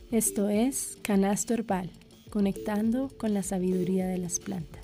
Esto es Canasto Herbal, conectando con la sabiduría de las plantas.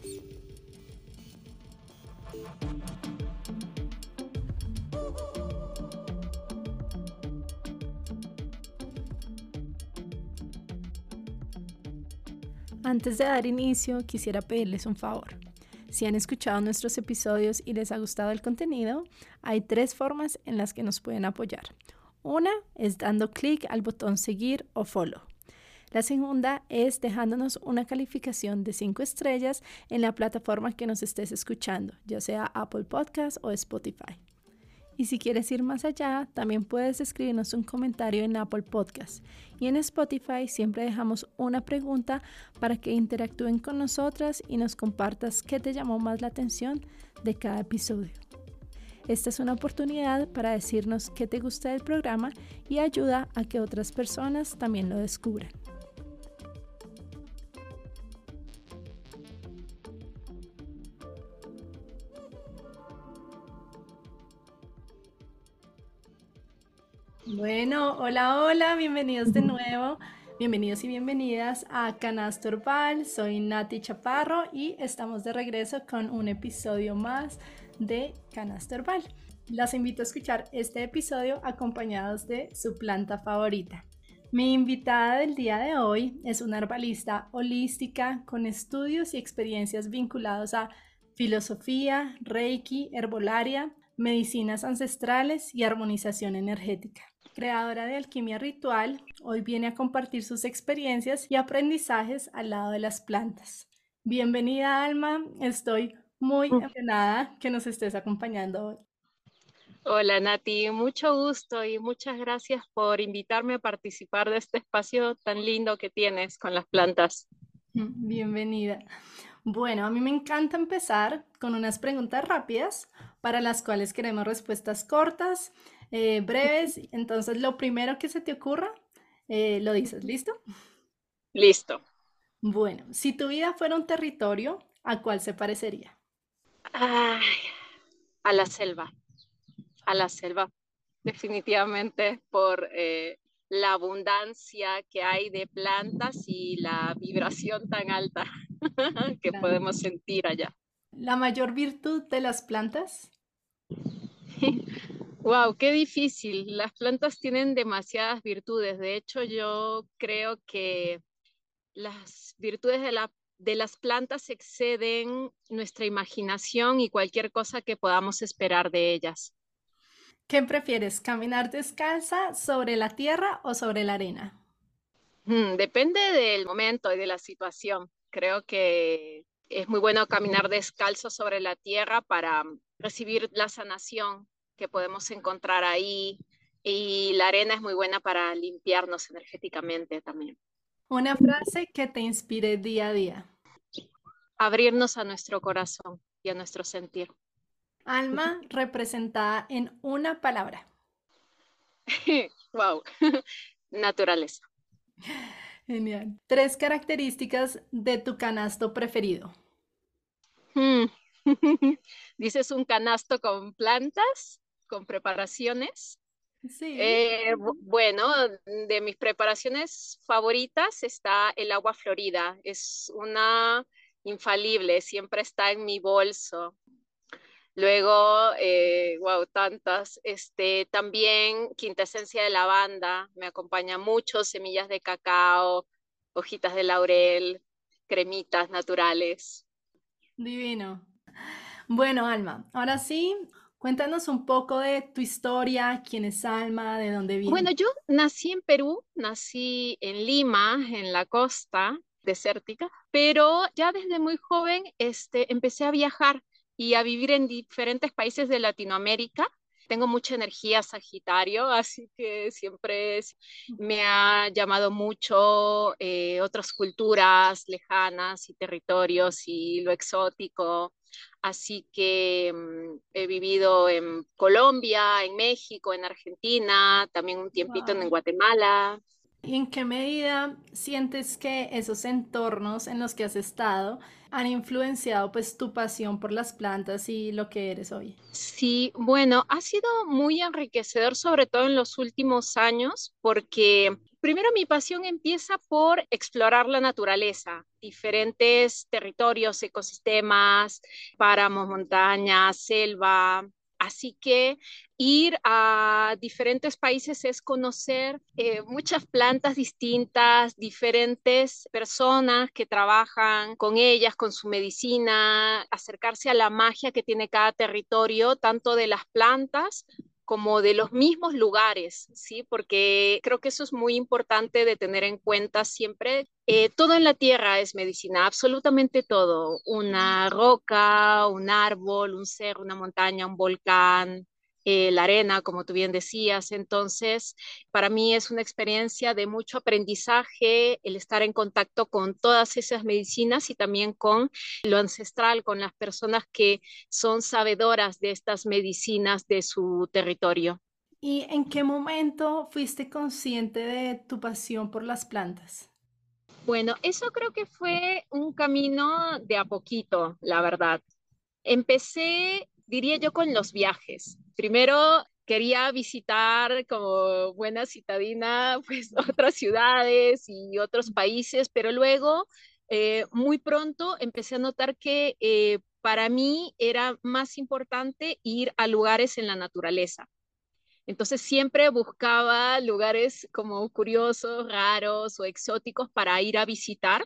Antes de dar inicio, quisiera pedirles un favor. Si han escuchado nuestros episodios y les ha gustado el contenido, hay 3 formas en las que nos pueden apoyar. Una es dando clic al botón seguir o follow. La segunda es dejándonos una calificación de 5 estrellas en la plataforma que nos estés escuchando, ya sea Apple Podcast o Spotify. Y si quieres ir más allá, también puedes escribirnos un comentario en Apple Podcast. Y en Spotify siempre dejamos una pregunta para que interactúen con nosotras y nos compartas qué te llamó más la atención de cada episodio. Esta es una oportunidad para decirnos qué te gusta del programa y ayuda a que otras personas también lo descubran. Bueno, hola, bienvenidos de nuevo. Bienvenidos y bienvenidas a Canasto Herbal. Soy Nati Chaparro y estamos de regreso con un episodio más de Canasto Herbal. Las invito a escuchar este episodio acompañados de su planta favorita. Mi invitada del día de hoy es una herbalista holística con estudios y experiencias vinculados a filosofía, reiki, herbolaria, medicinas ancestrales y armonización energética. Creadora de Alquimia Ritual, hoy viene a compartir sus experiencias y aprendizajes al lado de las plantas. Bienvenida, Alma. Estoy muy emocionada que nos estés acompañando hoy. Hola Nati, mucho gusto y muchas gracias por invitarme a participar de este espacio tan lindo que tienes con las plantas. Bienvenida. Bueno, a mí me encanta empezar con unas preguntas rápidas para las cuales queremos respuestas cortas, breves. Entonces, lo primero que se te ocurra, lo dices, ¿listo? Listo. Bueno, si tu vida fuera un territorio, ¿a cuál se parecería? Ay, a a la selva, definitivamente por la abundancia que hay de plantas y la vibración tan alta que Claro. podemos sentir allá. ¿La mayor virtud de las plantas? Wow, qué difícil. Las plantas tienen demasiadas virtudes. De hecho, yo creo que las virtudes de las plantas exceden nuestra imaginación y cualquier cosa que podamos esperar de ellas. ¿Qué prefieres, caminar descalza sobre la tierra o sobre la arena? Depende del momento y de la situación. Creo que es muy bueno caminar descalzo sobre la tierra para recibir la sanación que podemos encontrar ahí, y la arena es muy buena para limpiarnos energéticamente también. Una frase que te inspire día a día. Abrirnos a nuestro corazón y a nuestro sentir. Alma representada en una palabra. Wow, naturaleza. Genial. 3 características de tu canasto preferido. Hmm. Dices un canasto con plantas, con preparaciones. Sí. Bueno, de mis preparaciones favoritas está el agua florida. Es una infalible, siempre está en mi bolso. Luego, wow, tantas. También quintesencia de lavanda, me acompaña mucho, semillas de cacao, hojitas de laurel, cremitas naturales. Divino. Bueno, Alma, ahora sí, cuéntanos un poco de tu historia, quién es Alma, de dónde viene. Bueno, yo nací en Perú, nací en Lima, en la costa desértica, pero ya desde muy joven empecé a viajar y a vivir en diferentes países de Latinoamérica. Tengo mucha energía Sagitario, así que me ha llamado mucho otras culturas lejanas y territorios y lo exótico. Así que he vivido en Colombia, en México, en Argentina, también un tiempito en Wow. Guatemala. ¿Y en qué medida sientes que esos entornos en los que has estado han influenciado pues tu pasión por las plantas y lo que eres hoy? Sí, bueno, ha sido muy enriquecedor, sobre todo en los últimos años, porque Primero mi pasión empieza por explorar la naturaleza, diferentes territorios, ecosistemas, páramos, montañas, selva. Así que ir a diferentes países es conocer muchas plantas distintas, diferentes personas que trabajan con ellas, con su medicina, acercarse a la magia que tiene cada territorio, tanto de las plantas como de los mismos lugares, ¿sí? Porque creo que eso es muy importante de tener en cuenta siempre. Todo en la tierra es medicina, absolutamente todo. Una roca, un árbol, un cerro, una montaña, un volcán, la arena, como tú bien decías. Entonces, para mí es una experiencia de mucho aprendizaje el estar en contacto con todas esas medicinas y también con lo ancestral, con las personas que son sabedoras de estas medicinas de su territorio. ¿Y en qué momento fuiste consciente de tu pasión por las plantas? Bueno, eso creo que fue un camino de a poquito, la verdad. Empecé, diría yo, con los viajes. Primero quería visitar como buena citadina, pues otras ciudades y otros países, pero luego, muy pronto, empecé a notar que para mí era más importante ir a lugares en la naturaleza. Entonces siempre buscaba lugares como curiosos, raros o exóticos para ir a visitar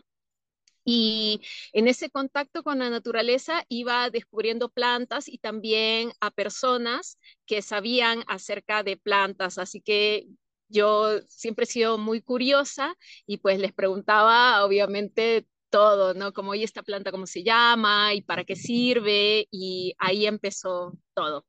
y en ese contacto con la naturaleza iba descubriendo plantas y también a personas que sabían acerca de plantas. Así que yo siempre he sido muy curiosa y pues les preguntaba, obviamente, todo, ¿no? Como, oye, esta planta, ¿cómo se llama? ¿Y para qué sirve? Y ahí empezó todo.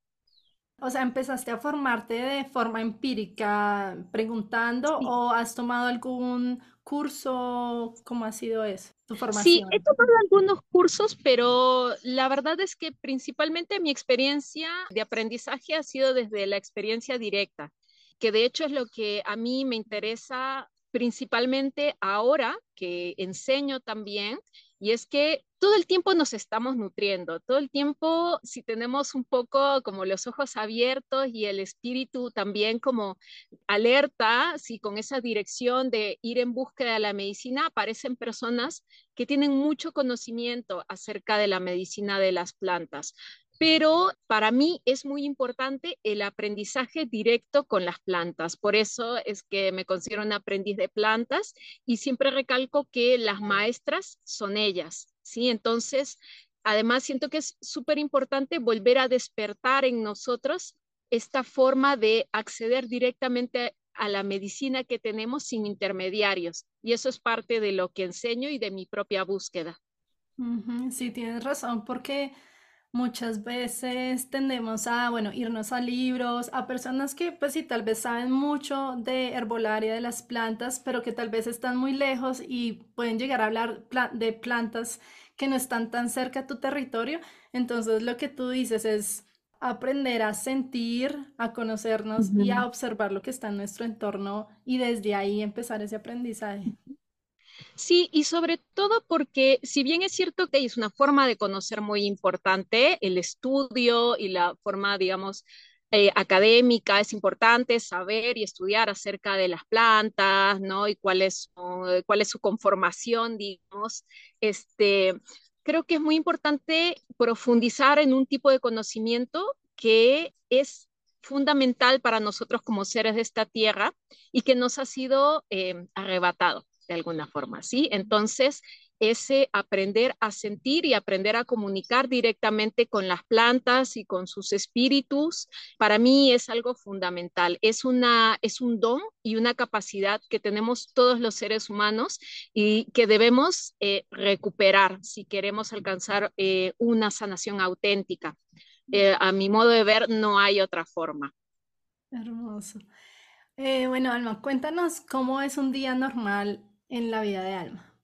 O sea, ¿empezaste a formarte de forma empírica preguntando Sí. o has tomado algún curso? ¿Cómo ha sido eso, tu Sí, he formación? tomado algunos cursos, pero la verdad es que principalmente mi experiencia de aprendizaje ha sido desde la experiencia directa, que de hecho es lo que a mí me interesa principalmente ahora que enseño también, y es que todo el tiempo nos estamos nutriendo, todo el tiempo si tenemos un poco como los ojos abiertos y el espíritu también como alerta, si con esa dirección de ir en búsqueda de la medicina aparecen personas que tienen mucho conocimiento acerca de la medicina de las plantas. Pero para mí es muy importante el aprendizaje directo con las plantas. Por eso es que me considero un aprendiz de plantas y siempre recalco que las maestras son ellas, ¿sí? Entonces, además siento que es súper importante volver a despertar en nosotros esta forma de acceder directamente a la medicina que tenemos sin intermediarios. Y eso es parte de lo que enseño y de mi propia búsqueda. Ujú, sí, tienes razón, porque muchas veces tendemos a, bueno, irnos a libros, a personas que pues sí, tal vez saben mucho de herbolaria, de las plantas, pero que tal vez están muy lejos y pueden llegar a hablar de plantas que no están tan cerca a tu territorio. Entonces lo que tú dices es aprender a sentir, a conocernos y a Ujú. observar lo que está en nuestro entorno y desde ahí empezar ese aprendizaje. Sí, y sobre todo porque si bien es cierto que es una forma de conocer muy importante, el estudio y la forma, digamos, académica es importante saber y estudiar acerca de las plantas, ¿no? Y cuál es su conformación, digamos. Este, creo que es muy importante profundizar en un tipo de conocimiento que es fundamental para nosotros como seres de esta tierra y que nos ha sido arrebatado de alguna forma, ¿sí? Entonces, ese aprender a sentir y aprender a comunicar directamente con las plantas y con sus espíritus, para mí es algo fundamental. Es un don y una capacidad que tenemos todos los seres humanos y que debemos recuperar si queremos alcanzar una sanación auténtica. A mi modo de ver, no hay otra forma. Hermoso. Bueno, Alma, cuéntanos cómo es un día normal en la vida de Alma.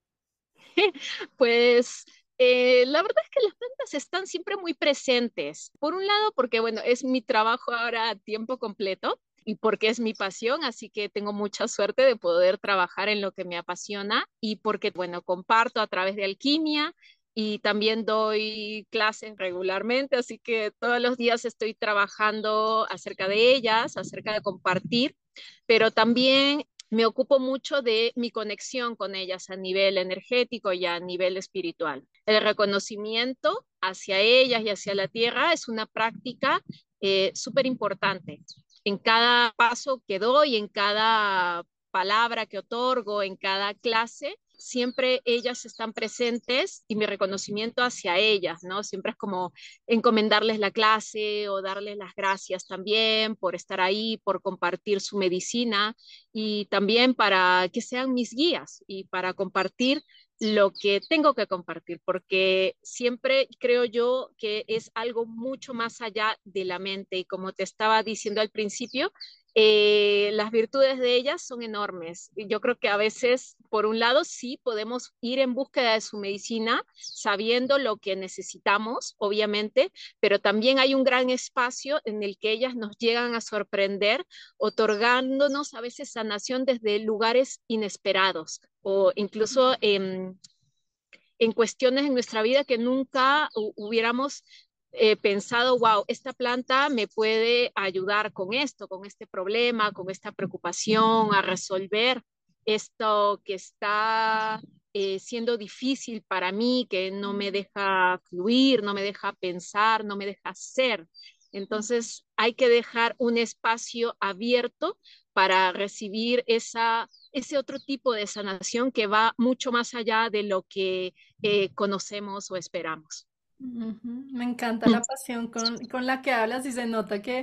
Pues la verdad es que las plantas están siempre muy presentes. Por un lado, porque bueno, es mi trabajo ahora a tiempo completo y porque es mi pasión, así que tengo mucha suerte de poder trabajar en lo que me apasiona y porque bueno, comparto a través de alquimia y también doy clases regularmente, así que todos los días estoy trabajando acerca de ellas, acerca de compartir, pero también me ocupo mucho de mi conexión con ellas a nivel energético y a nivel espiritual. El reconocimiento hacia ellas y hacia la tierra es una práctica súper importante. En cada paso que doy, en cada palabra que otorgo, en cada clase, siempre ellas están presentes y mi reconocimiento hacia ellas, ¿no? Siempre es como encomendarles la clase o darles las gracias también por estar ahí, por compartir su medicina y también para que sean mis guías y para compartir lo que tengo que compartir, porque siempre creo yo que es algo mucho más allá de la mente y como te estaba diciendo al principio, las virtudes de ellas son enormes. Yo creo que a veces, por un lado, sí podemos ir en búsqueda de su medicina, sabiendo lo que necesitamos, obviamente, pero también hay un gran espacio en el que ellas nos llegan a sorprender, otorgándonos a veces sanación desde lugares inesperados o incluso en cuestiones en nuestra vida que nunca hubiéramos pensado, wow, esta planta me puede ayudar con esto, con este problema, con esta preocupación, a resolver esto que está siendo difícil para mí, que no me deja fluir, no me deja pensar, no me deja ser. Entonces hay que dejar un espacio abierto para recibir ese otro tipo de sanación que va mucho más allá de lo que conocemos o esperamos. Ujú. Me encanta la pasión con la que hablas y se nota que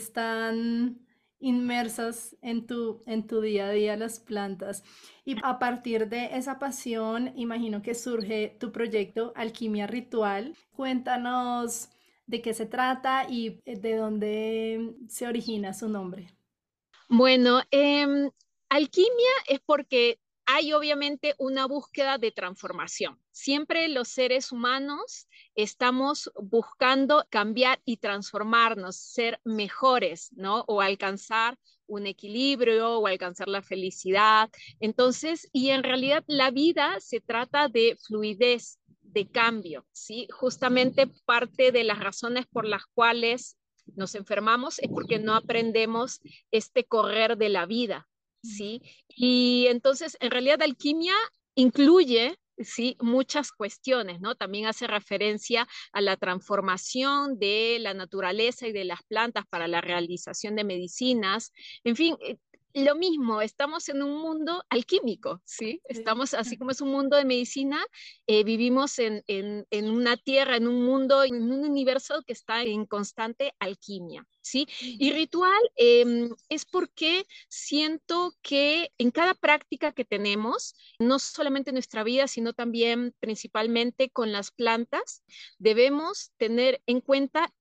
están inmersas en tu día a día las plantas. Y a partir de esa pasión, imagino que surge tu proyecto Alquimia Ritual. Cuéntanos de qué se trata y de dónde se origina su nombre. Bueno, alquimia es porque hay obviamente una búsqueda de transformación. Siempre los seres humanos estamos buscando cambiar y transformarnos, ser mejores, ¿no? O alcanzar un equilibrio o alcanzar la felicidad. Entonces, y en realidad la vida se trata de fluidez, de cambio, ¿sí? Justamente parte de las razones por las cuales nos enfermamos es porque no aprendemos este correr de la vida, ¿sí? Y entonces, en realidad, alquimia incluye, sí, muchas cuestiones, ¿no? También hace referencia a la transformación de la naturaleza y de las plantas para la realización de medicinas. En fin, lo mismo, estamos en un mundo alquímico, ¿sí? Sí. Estamos, así como es un mundo de medicina, vivimos en una tierra, en un mundo, en un universo que está en constante alquimia, ¿sí? Y ritual es porque siento que en cada práctica que tenemos, no solamente en nuestra vida, sino también principalmente con las plantas, debemos tener en cuenta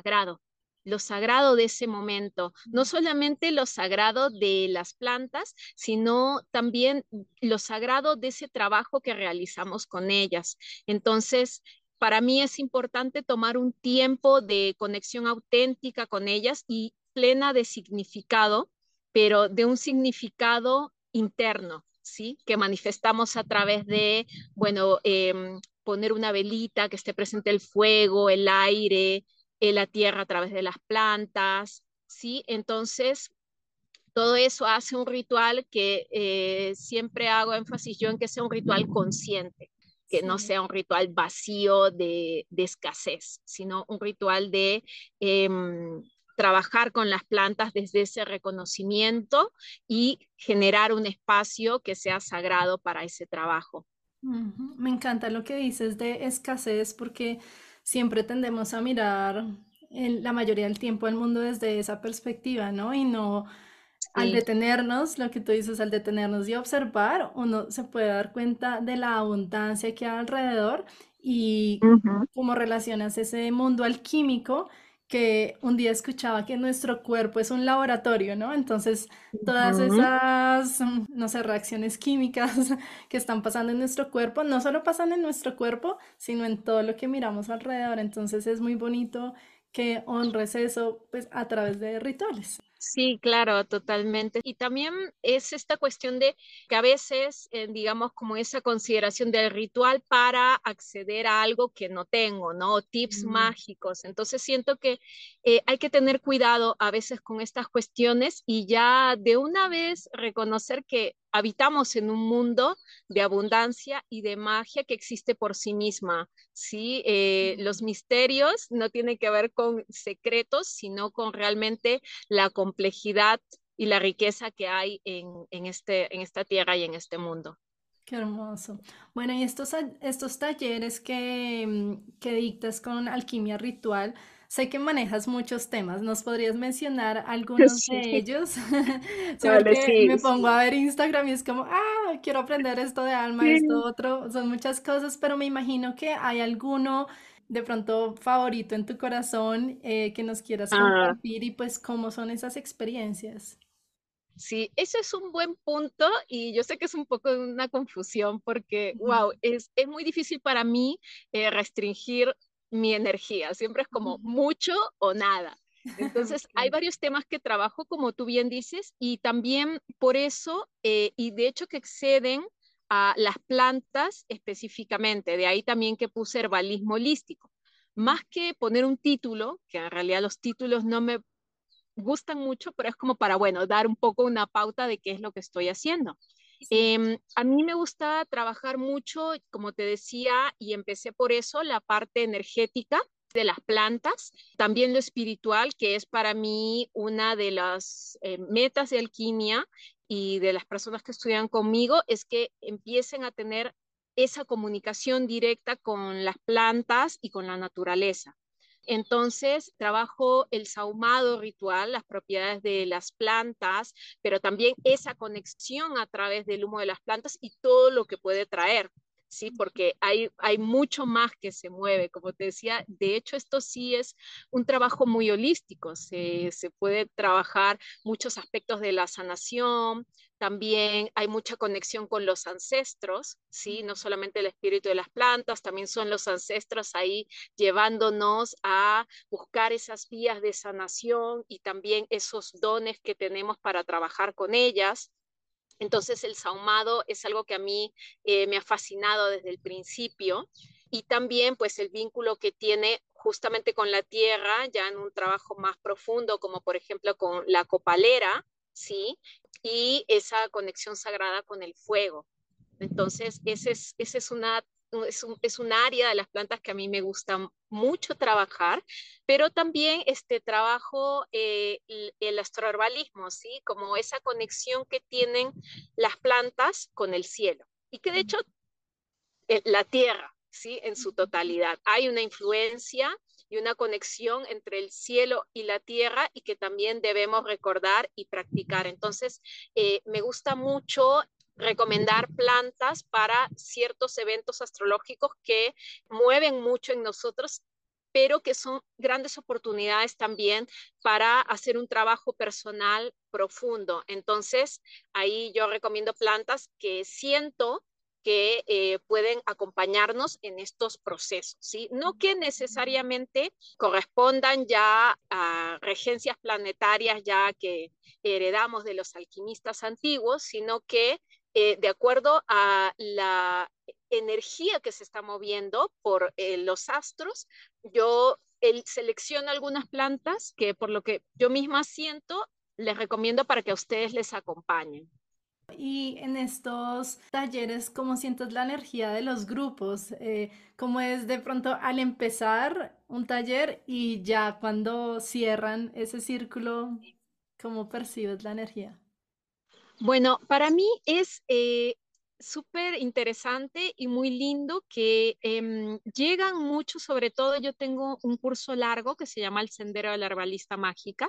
lo sagrado de ese momento, no solamente lo sagrado de las plantas, sino también lo sagrado de ese trabajo que realizamos con ellas. Entonces, para mí es importante tomar un tiempo de conexión auténtica con ellas y plena de significado, pero de un significado interno, ¿sí? Que manifestamos a través de, bueno, poner una velita, que esté presente el fuego, el aire, la tierra a través de las plantas, ¿sí? Entonces, todo eso hace un ritual que siempre hago énfasis yo en que sea un ritual consciente, que no Sí. sea un ritual vacío de escasez, sino un ritual de trabajar con las plantas desde ese reconocimiento y generar un espacio que sea sagrado para ese trabajo. Ujú. Me encanta lo que dices de escasez porque siempre tendemos a mirar la mayoría del tiempo el mundo desde esa perspectiva, ¿no? Y no al Sí. detenernos, lo que tú dices, al detenernos y observar, uno se puede dar cuenta de la abundancia que hay alrededor y Ujú. cómo relacionas ese mundo alquímico que un día escuchaba que nuestro cuerpo es un laboratorio, ¿no? Entonces, todas Ujú. esas, no sé, reacciones químicas que están pasando en nuestro cuerpo, no solo pasan en nuestro cuerpo, sino en todo lo que miramos alrededor. Entonces, es muy bonito que honres eso, pues, a través de rituales. Sí, claro, totalmente. Y también es esta cuestión de que a veces, digamos, como esa consideración del ritual para acceder a algo que no tengo, ¿no? Tips Mm. mágicos. Entonces siento que hay que tener cuidado a veces con estas cuestiones y ya de una vez reconocer que habitamos en un mundo de abundancia y de magia que existe por sí misma. Sí, los misterios no tienen que ver con secretos, sino con realmente la complejidad y la riqueza que hay en esta tierra y en este mundo. Qué hermoso. Bueno, y estos talleres que dictas con Alquimia Ritual, sé que manejas muchos temas. ¿Nos podrías mencionar algunos Sí, de ellos? Sí, vale, porque sí, me pongo a ver Instagram y es como, quiero aprender esto de alma, esto sí. otro. Son muchas cosas, pero me imagino que hay alguno de pronto favorito en tu corazón que nos quieras Ah, compartir y pues cómo son esas experiencias. sí, eso es un buen punto y yo sé que es un poco de una confusión porque, Ujú. wow, es muy difícil para mí restringir mi energía. Siempre es como mucho o nada. Entonces, hay Ok. varios temas que trabajo, como tú bien dices, y también por eso, y de hecho que exceden a las plantas específicamente. De ahí también que puse herbalismo holístico. Más que poner un título, que en realidad los títulos no me gustan mucho, pero es como para, bueno, dar un poco una pauta de qué es lo que estoy haciendo. Sí. A mí me gusta trabajar mucho, como te decía, y empecé por eso, la parte energética de las plantas, también lo espiritual, que es para mí una de las metas de alquimia y de las personas que estudian conmigo, es que empiecen a tener esa comunicación directa con las plantas y con la naturaleza. Entonces, trabajo el sahumado ritual, las propiedades de las plantas, pero también esa conexión a través del humo de las plantas y todo lo que puede traer. Sí, porque hay mucho más que se mueve. Como te decía, de hecho, esto sí es un trabajo muy holístico. Se puede trabajar muchos aspectos de la sanación, también hay mucha conexión con los ancestros, ¿sí? No solamente el espíritu de las plantas, también son los ancestros ahí llevándonos a buscar esas vías de sanación y también esos dones que tenemos para trabajar con ellas. Entonces el sahumado es algo que a mí me ha fascinado desde el principio y también pues el vínculo que tiene justamente con la tierra, ya en un trabajo más profundo, como por ejemplo con la copalera, ¿sí? Y esa conexión sagrada con el fuego. Entonces, ese es es un área de las plantas que a mí me gusta mucho trabajar, pero también este trabajo el astroherbalismo, ¿sí? Como esa conexión que tienen las plantas con el cielo y que de hecho la tierra, ¿sí? En su totalidad. Hay una influencia y una conexión entre el cielo y la tierra y que también debemos recordar y practicar. Entonces, me gusta mucho recomendar plantas para ciertos eventos astrológicos que mueven mucho en nosotros, pero que son grandes oportunidades también para hacer un trabajo personal profundo. Entonces, ahí yo recomiendo plantas que siento que pueden acompañarnos en estos procesos, ¿sí? No que necesariamente correspondan ya a regencias planetarias ya que heredamos de los alquimistas antiguos, sino que de acuerdo a la energía que se está moviendo por los astros, yo selecciono algunas plantas que por lo que yo misma siento, les recomiendo para que a ustedes les acompañen. Y en estos talleres, ¿cómo sientes la energía de los grupos? ¿Cómo es de pronto al empezar un taller y ya cuando cierran ese círculo, cómo percibes la energía? Bueno, para mí es súper interesante y muy lindo que llegan muchos, sobre todo yo tengo un curso largo que se llama El Sendero de la Herbalista Mágica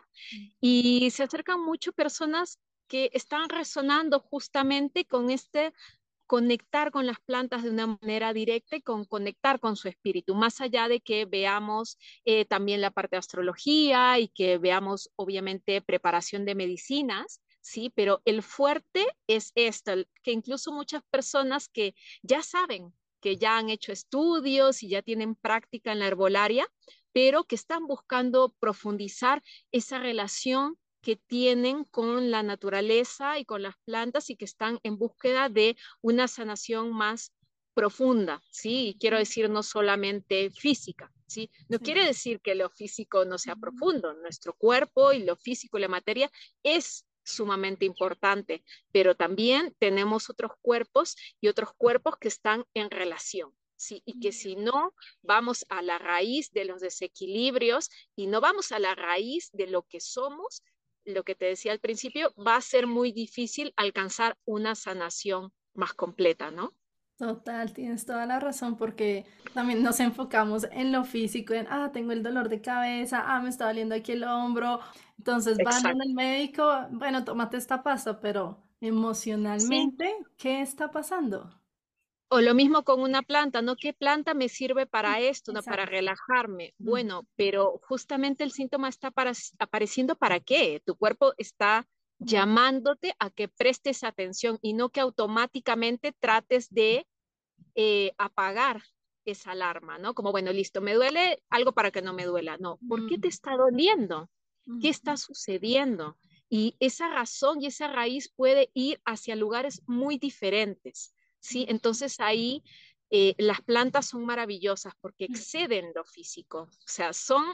y se acercan mucho personas que están resonando justamente con este conectar con las plantas de una manera directa y con conectar con su espíritu, más allá de que veamos también la parte de astrología y que veamos obviamente preparación de medicinas, sí, pero el fuerte es esto, que incluso muchas personas que ya saben, que ya han hecho estudios y ya tienen práctica en la herbolaria, pero que están buscando profundizar esa relación que tienen con la naturaleza y con las plantas y que están en búsqueda de una sanación más profunda, ¿sí? Y quiero decir, no solamente física, ¿sí? No Sí. quiere decir que lo físico no sea Ujú. profundo. Nuestro cuerpo y lo físico y la materia es sumamente importante, pero también tenemos otros cuerpos y otros cuerpos que están en relación, ¿sí? Y que si no vamos a la raíz de los desequilibrios y no vamos a la raíz de lo que somos, lo que te decía al principio, va a ser muy difícil alcanzar una sanación más completa, ¿no? Total, tienes toda la razón porque también nos enfocamos en lo físico, en, tengo el dolor de cabeza, me está doliendo aquí el hombro. Entonces van donde el Exacto. médico, bueno, tómate esta pasta, pero Sí. emocionalmente, ¿qué está pasando? O lo mismo con una planta, ¿no? ¿Qué planta me sirve para esto, no? Para Exacto. relajarme. Ujú. Bueno, pero justamente el síntoma está apareciendo para qué. Tu cuerpo está Ujú. llamándote a que prestes atención y no que automáticamente trates de apagar esa alarma, ¿no? Como, bueno, listo, me duele algo para que no me duela. No, ¿por qué te está doliendo? ¿Qué está Ujú. sucediendo? Y esa razón y esa raíz puede ir hacia lugares muy diferentes, ¿sí? Ujú. Entonces ahí las plantas son maravillosas porque exceden lo físico, o sea,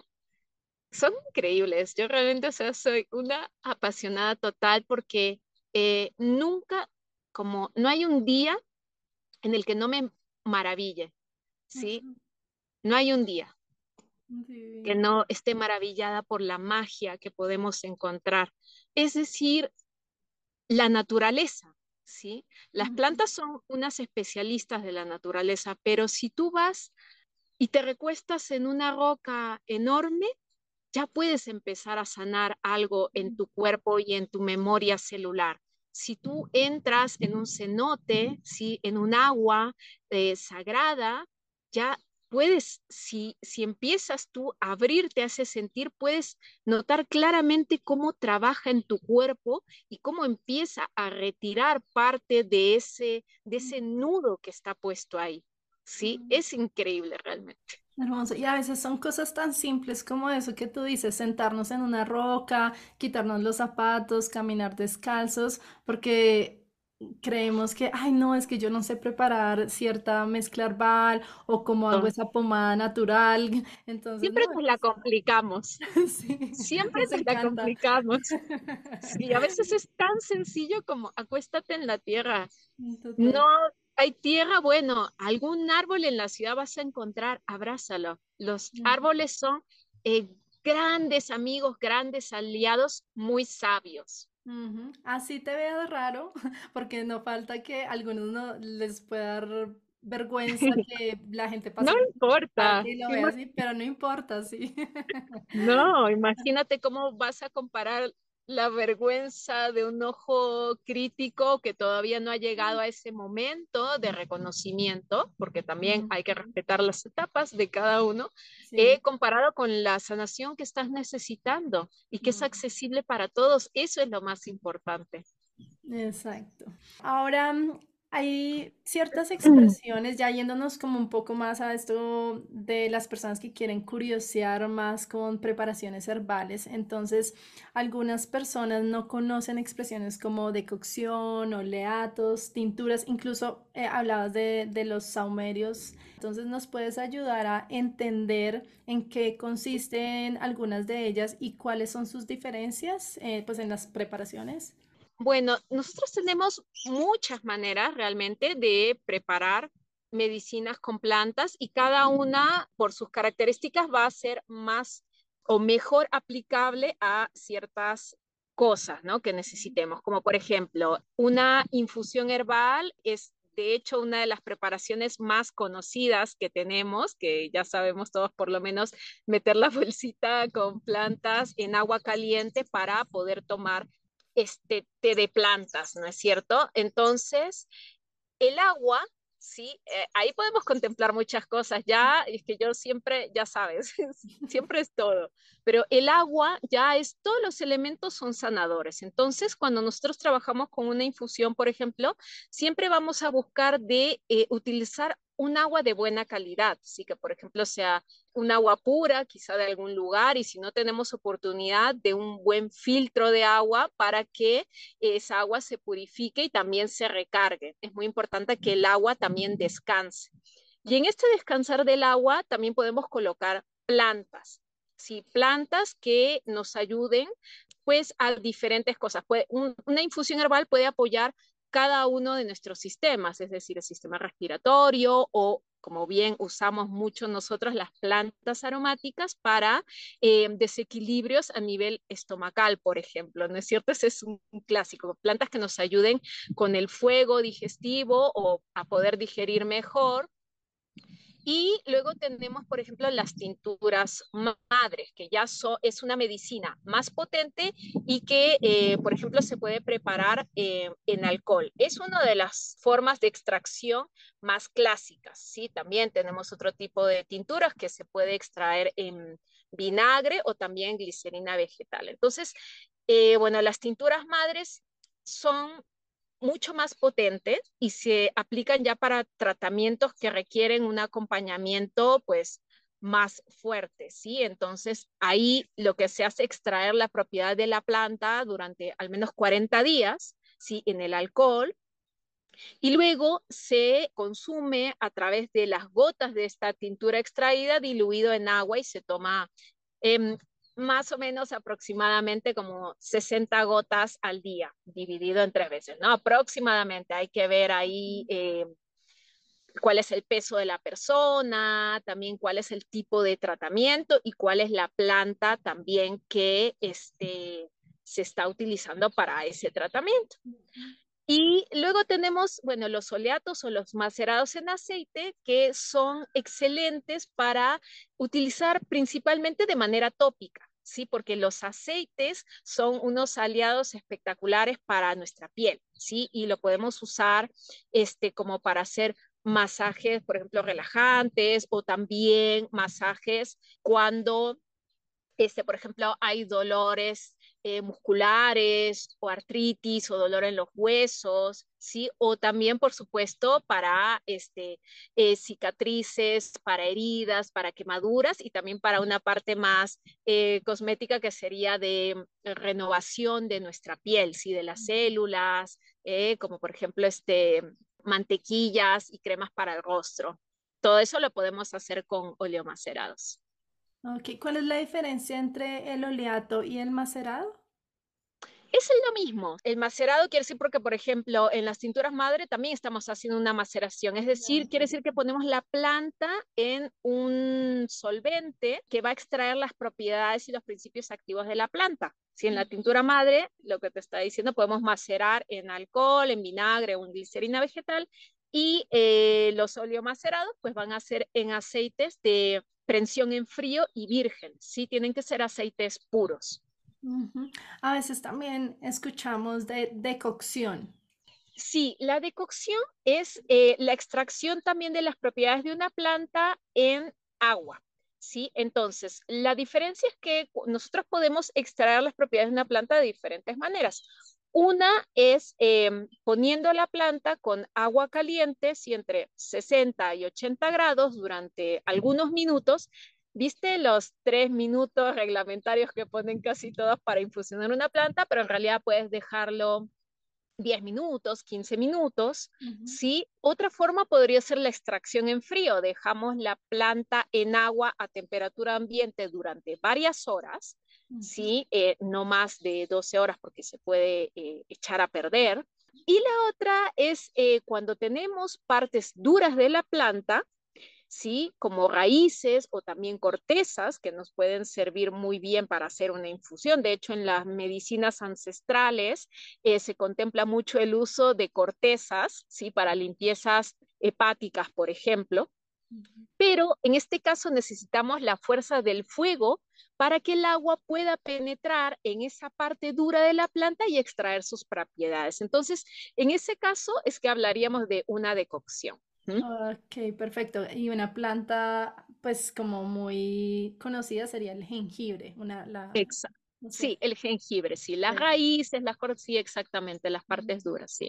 son increíbles. Yo realmente, o sea, soy una apasionada total porque nunca, como no hay un día en el que no me maraville, ¿sí? Ujú. No hay un día que Divino. no esté maravillada por la magia que podemos encontrar. Es decir, la naturaleza, ¿sí? Las Ujú. plantas son unas especialistas de la naturaleza, pero si tú vas y te recuestas en una roca enorme, ya puedes empezar a sanar algo en tu cuerpo y en tu memoria celular. Si tú entras en un cenote, ¿sí? En un agua sagrada, ya puedes, si empiezas tú a abrirte a ese sentir, puedes notar claramente cómo trabaja en tu cuerpo y cómo empieza a retirar parte de ese nudo que está puesto ahí. ¿Sí? Ujú. Es increíble realmente. Hermoso. Y a veces son cosas tan simples como eso que tú dices, sentarnos en una roca, quitarnos los zapatos, caminar descalzos, porque creemos que, ay, no, es que yo no sé preparar cierta mezcla herbal o cómo hago esa pomada natural. Entonces, no, Siempre nos la complicamos, sí, siempre nos nos la encanta. complicamos. Sí, a veces es tan sencillo como acuéstate en la tierra. No Total. hay tierra, bueno, algún árbol en la ciudad vas a encontrar, abrázalo. Los árboles son eh, grandes amigos, grandes aliados, muy sabios. Ujú. Así te veo raro, porque no falta que a algunos no les pueda dar vergüenza que la gente No pase por tu importa. parque y lo vea así, pero no importa, sí. No, imagínate cómo vas a comparar la vergüenza de un ojo crítico que todavía no ha llegado a ese momento de reconocimiento, porque también hay que Ujú. respetar las etapas de cada uno, Sí. comparado con la sanación que estás necesitando y que es Mm. accesible para todos. Eso es lo más importante. Exacto. Ahora hay ciertas expresiones, ya yéndonos como un poco más a esto de las personas que quieren curiosear más con preparaciones herbales. Entonces, algunas personas no conocen expresiones como decocción, oleatos, tinturas, incluso hablabas de los saumerios. Entonces, ¿nos puedes ayudar a entender en qué consisten algunas de ellas y cuáles son sus diferencias, pues en las preparaciones? Bueno, nosotros tenemos muchas maneras realmente de preparar medicinas con plantas y cada una por sus características va a ser más o mejor aplicable a ciertas cosas, ¿no? Que necesitemos, como por ejemplo, una infusión herbal es de hecho una de las preparaciones más conocidas que tenemos, que ya sabemos todos por lo menos meter la bolsita con plantas en agua caliente para poder tomar este té de plantas, ¿no es cierto? Entonces, el agua, sí, ahí podemos contemplar muchas cosas, ya es que yo siempre, ya sabes, siempre es todo, pero el agua ya es, todos los elementos son sanadores, entonces cuando nosotros trabajamos con una infusión, por ejemplo, siempre vamos a buscar de utilizar un agua de buena calidad, sí, que por ejemplo sea un agua pura, quizá de algún lugar, y si no tenemos oportunidad de un buen filtro de agua para que esa agua se purifique y también se recargue. Es muy importante que el agua también descanse. Y en este descansar del agua también podemos colocar plantas, ¿sí? Plantas que nos ayuden pues a diferentes cosas. Una infusión herbal puede apoyar cada uno de nuestros sistemas, es decir, el sistema respiratorio o como bien usamos mucho nosotros las plantas aromáticas para desequilibrios a nivel estomacal, por ejemplo, ¿no es cierto? Ese es un clásico, plantas que nos ayuden con el fuego digestivo o a poder digerir mejor. Y luego tenemos, por ejemplo, las tinturas madres, que ya es una medicina más potente y que, por ejemplo, se puede preparar en alcohol. Es una de las formas de extracción más clásicas, ¿sí? También tenemos otro tipo de tinturas que se puede extraer en vinagre o también glicerina vegetal. Entonces, bueno, las tinturas madres son mucho más potentes y se aplican ya para tratamientos que requieren un acompañamiento pues más fuerte, ¿sí? Entonces ahí lo que se hace es extraer la propiedad de la planta durante al menos 40 días, ¿sí? En el alcohol y luego se consume a través de las gotas de esta tintura extraída diluido en agua y se toma eh, más o menos aproximadamente como 60 gotas al día, dividido en 3 veces, ¿no? Aproximadamente hay que ver ahí cuál es el peso de la persona, también cuál es el tipo de tratamiento y cuál es la planta también que se está utilizando para ese tratamiento. Y luego tenemos, bueno, los oleatos o los macerados en aceite, que son excelentes para utilizar principalmente de manera tópica, ¿sí? Porque los aceites son unos aliados espectaculares para nuestra piel, ¿sí? Y lo podemos usar como para hacer masajes, por ejemplo, relajantes o también masajes cuando por ejemplo, hay dolores musculares o artritis o dolor en los huesos, ¿sí? O también, por supuesto, para cicatrices, para heridas, para quemaduras y también para una parte más cosmética que sería de renovación de nuestra piel, ¿sí? De las células, como por ejemplo, mantequillas y cremas para el rostro. Todo eso lo podemos hacer con oleomacerados. Ok, ¿cuál es la diferencia entre el oleato y el macerado? Es lo mismo. El macerado quiere decir porque, por ejemplo, en las tinturas madre también estamos haciendo una maceración. Es decir, quiere decir que ponemos la planta en un solvente que va a extraer las propiedades y los principios activos de la planta. Si en la tintura madre, lo que te está diciendo, podemos macerar en alcohol, en vinagre o en glicerina vegetal y los oleomacerados pues van a ser en aceites de prensión en frío y virgen. Sí, tienen que ser aceites puros. Ujú. A veces también escuchamos de decocción. Sí, la decocción es la extracción también de las propiedades de una planta en agua. ¿Sí? Entonces, la diferencia es que nosotros podemos extraer las propiedades de una planta de diferentes maneras. Una es poniendo la planta con agua caliente, si entre 60 y 80 grados durante algunos minutos. ¿Viste los 3 minutos reglamentarios que ponen casi todos para infusionar una planta? Pero en realidad puedes dejarlo 10 minutos, 15 minutos, Ujú, ¿sí? Otra forma podría ser la extracción en frío. Dejamos la planta en agua a temperatura ambiente durante varias horas, ujú. ¿sí? No más de 12 horas porque se puede echar a perder. Y la otra es cuando tenemos partes duras de la planta, ¿sí? Como raíces o también cortezas que nos pueden servir muy bien para hacer una infusión. De hecho, en las medicinas ancestrales se contempla mucho el uso de cortezas, ¿sí? Para limpiezas hepáticas, por ejemplo. Pero en este caso necesitamos la fuerza del fuego para que el agua pueda penetrar en esa parte dura de la planta y extraer sus propiedades. Entonces, en ese caso es que hablaríamos de una decocción. ¿Mm? Ok, perfecto. Y una planta, pues como muy conocida sería el jengibre, no sé. Sí, el jengibre, sí, las raíces, sí, exactamente, las partes duras, sí.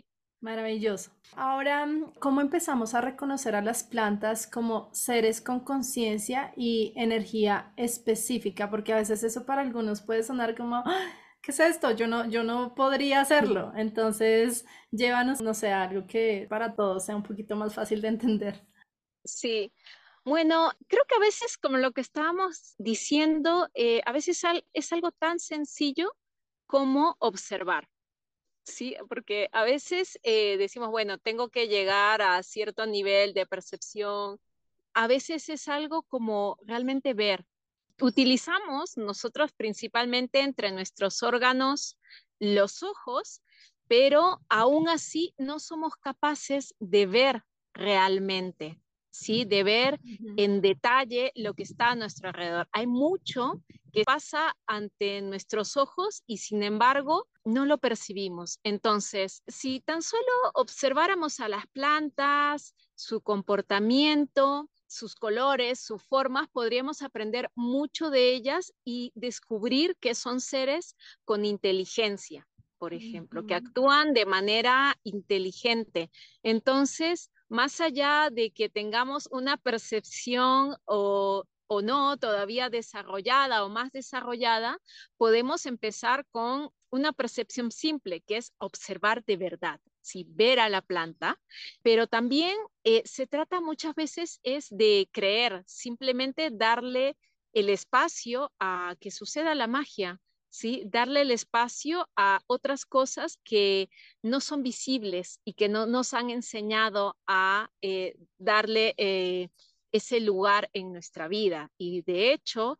Maravilloso. Ahora, ¿cómo empezamos a reconocer a las plantas como seres con conciencia y energía específica? Porque a veces eso para algunos puede sonar como, "Ah, ¿qué es esto? Yo no podría hacerlo". Entonces, llévanos, no sé, a algo que para todos sea un poquito más fácil de entender. Sí, bueno, creo que a veces, como lo que estábamos diciendo, a veces es algo tan sencillo como observar. Sí, porque a veces decimos, bueno, tengo que llegar a cierto nivel de percepción. A veces es algo como realmente ver. Utilizamos nosotros principalmente entre nuestros órganos los ojos, pero aún así no somos capaces de ver realmente, ¿sí? De ver Ujú. en detalle lo que está a nuestro alrededor. Hay mucho que pasa ante nuestros ojos y sin embargo no lo percibimos. Entonces, si tan solo observáramos a las plantas, su comportamiento, sus colores, sus formas, podríamos aprender mucho de ellas y descubrir que son seres con inteligencia, por ejemplo, que Ujú. actúan de manera inteligente. Entonces, más allá de que tengamos una percepción o no todavía desarrollada o más desarrollada, podemos empezar con una percepción simple, que es observar de verdad, si ver a la planta, pero también se trata muchas veces es de creer, simplemente darle el espacio a que suceda la magia, ¿sí? Darle el espacio a otras cosas que no son visibles y que no nos han enseñado a darle ese lugar en nuestra vida. Y de hecho,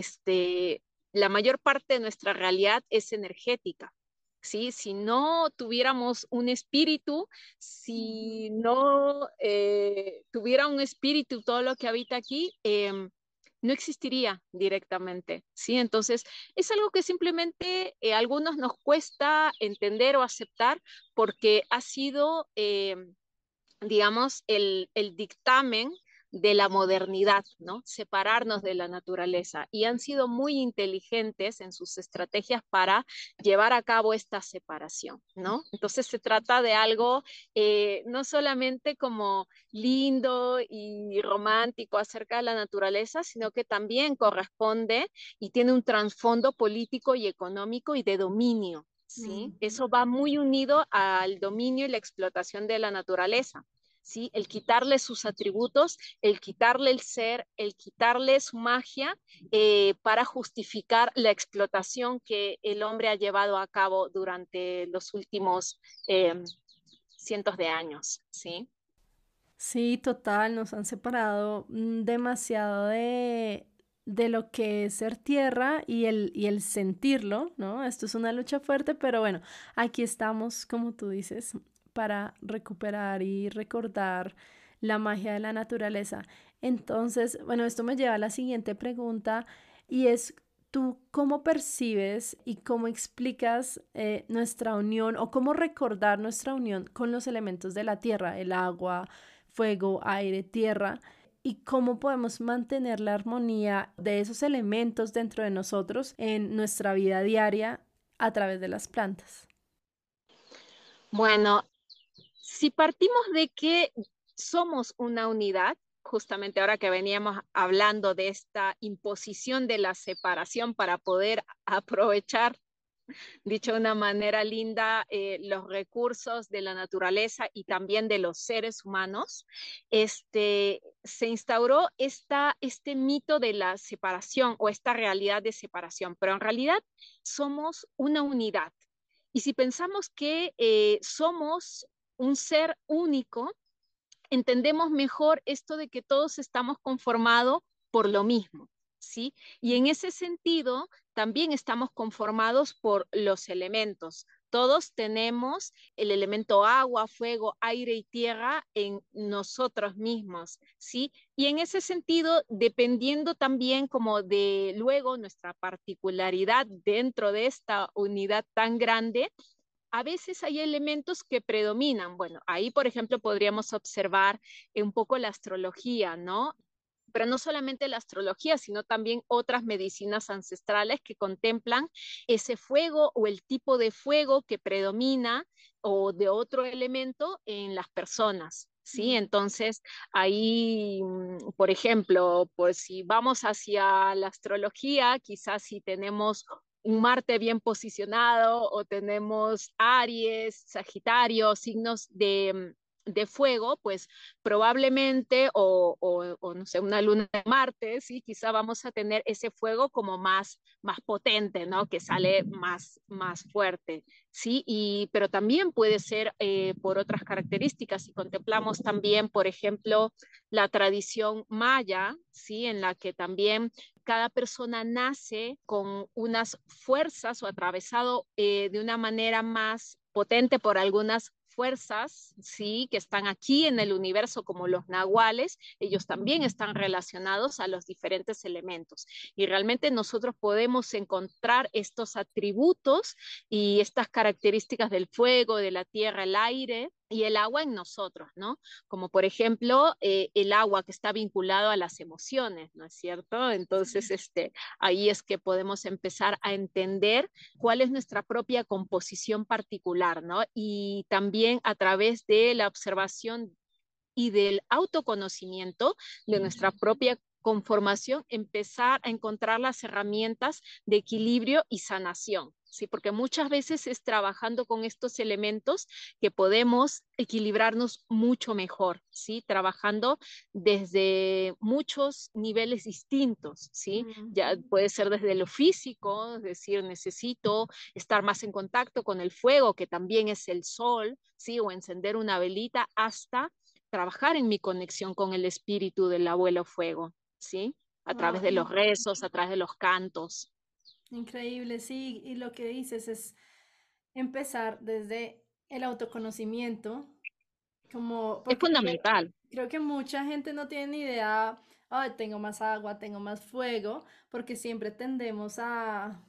la mayor parte de nuestra realidad es energética. ¿Sí? Si no tuviéramos un espíritu, Ujú. si no tuviera un espíritu todo lo que habita aquí, no existiría directamente, ¿sí? Entonces, es algo que simplemente a algunos nos cuesta entender o aceptar porque ha sido digamos, el dictamen de la modernidad, ¿no? Separarnos de la naturaleza. Y han sido muy inteligentes en sus estrategias para llevar a cabo esta separación, ¿no? Entonces se trata de algo no solamente como lindo y romántico acerca de la naturaleza, sino que también corresponde y tiene un trasfondo político y económico y de dominio. ¿Sí? Ujú. Eso va muy unido al dominio y la explotación de la naturaleza. ¿Sí? El quitarle sus atributos, el quitarle el ser, el quitarle su magia para justificar la explotación que el hombre ha llevado a cabo durante los últimos cientos de años. ¿Sí? Sí, total, nos han separado demasiado de lo que es ser tierra y el sentirlo, ¿no? Esto es una lucha fuerte, pero bueno, aquí estamos, como tú dices, para recuperar y recordar la magia de la naturaleza. Entonces, bueno, esto me lleva a la siguiente pregunta y es, ¿tú cómo percibes y cómo explicas nuestra unión o cómo recordar nuestra unión con los elementos de la tierra, el agua, fuego, aire, tierra, y cómo podemos mantener la armonía de esos elementos dentro de nosotros en nuestra vida diaria a través de las plantas? Bueno, si partimos de que somos una unidad, justamente ahora que veníamos hablando de esta imposición de la separación para poder aprovechar, dicho de una manera linda, los recursos de la naturaleza y también de los seres humanos, se instauró este mito de la separación o esta realidad de separación, pero en realidad somos una unidad. Y si pensamos que somos un ser único, entendemos mejor esto de que todos estamos conformados por lo mismo, ¿sí? Y en ese sentido, también estamos conformados por los elementos. Todos tenemos el elemento agua, fuego, aire y tierra en nosotros mismos, ¿sí? Y en ese sentido, dependiendo también como de luego nuestra particularidad dentro de esta unidad tan grande, a veces hay elementos que predominan. Bueno, ahí, por ejemplo, podríamos observar un poco la astrología, ¿no? pero no solamente la astrología, sino también otras medicinas ancestrales que contemplan ese fuego o el tipo de fuego que predomina o de otro elemento en las personas. ¿Sí? Mm. Entonces, ahí, por ejemplo, por si vamos hacia la astrología, quizás si tenemos un Marte bien posicionado o tenemos Aries, Sagitario, signos de fuego, pues probablemente, o no sé, una luna de Marte, sí, quizá vamos a tener ese fuego como más potente, ¿no? Que sale más fuerte, sí, pero también puede ser por otras características. Si contemplamos también, por ejemplo, la tradición maya, sí, en la que también cada persona nace con unas fuerzas o atravesado de una manera más potente por algunas fuerzas, sí, que están aquí en el universo como los nahuales, ellos también están relacionados a los diferentes elementos. Y realmente nosotros podemos encontrar estos atributos y estas características del fuego, de la tierra, el aire y el agua en nosotros, ¿no? Como por ejemplo el agua que está vinculado a las emociones, ¿no es cierto? Entonces, Sí. ahí es que podemos empezar a entender cuál es nuestra propia composición particular, ¿no? Y también a través de la observación y del autoconocimiento de nuestra propia conformación, empezar a encontrar las herramientas de equilibrio y sanación. Sí, porque muchas veces es trabajando con estos elementos que podemos equilibrarnos mucho mejor, ¿sí? Trabajando desde muchos niveles distintos, ¿sí? Ya Ujú. puede ser desde lo físico, es decir, necesito estar más en contacto con el fuego, que también es el sol, ¿sí? O encender una velita, hasta trabajar en mi conexión con el espíritu del abuelo fuego, ¿sí? A través Wow, de los rezos, a través de los cantos. increíble, sí. Y lo que dices es empezar desde el autoconocimiento, como, Es porque fundamental. creo que mucha gente no tiene ni idea, "Ay, tengo más agua, tengo más fuego", porque siempre tendemos a,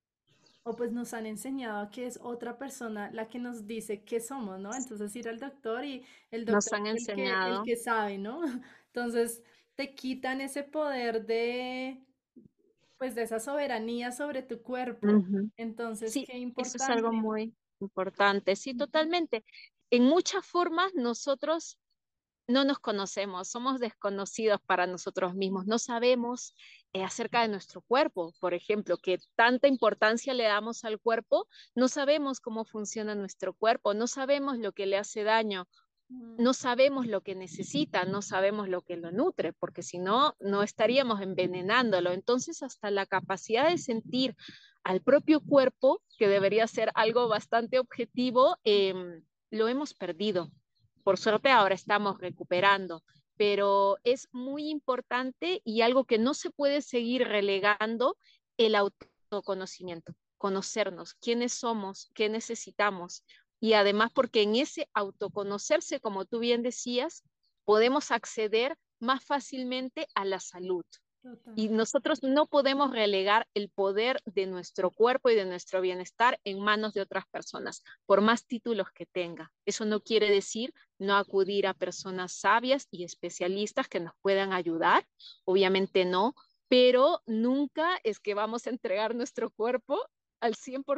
o pues nos han enseñado a que es otra persona la que nos dice qué somos, ¿no? Entonces ir al doctor y el Nos doctor han es el enseñado. que sabe, ¿no? Entonces te quitan ese poder de, pues de esa soberanía sobre tu cuerpo. Ujú. Entonces, Sí, qué eso es algo importante. muy importante. Sí, Ujú. totalmente. En muchas formas nosotros no nos conocemos, somos desconocidos para nosotros mismos, no sabemos acerca de nuestro cuerpo, por ejemplo, que tanta importancia le damos al cuerpo, no sabemos cómo funciona nuestro cuerpo, no sabemos lo que le hace daño, Mm. no sabemos lo que necesita, no sabemos lo que lo nutre, porque si no, no estaríamos envenenándolo. Entonces, hasta la capacidad de sentir al propio cuerpo, que debería ser algo bastante objetivo, lo hemos perdido. Por suerte, ahora estamos recuperando, pero es muy importante y algo que no se puede seguir relegando, el autoconocimiento, conocernos, quiénes somos, qué necesitamos, y además porque en ese autoconocerse, como tú bien decías, podemos acceder más fácilmente a la salud. Total. Y nosotros no podemos relegar el poder de nuestro cuerpo y de nuestro bienestar en manos de otras personas, por más títulos que tenga. Eso no quiere decir no acudir a personas sabias y especialistas que nos puedan ayudar, obviamente no, pero nunca es que vamos a entregar nuestro cuerpo al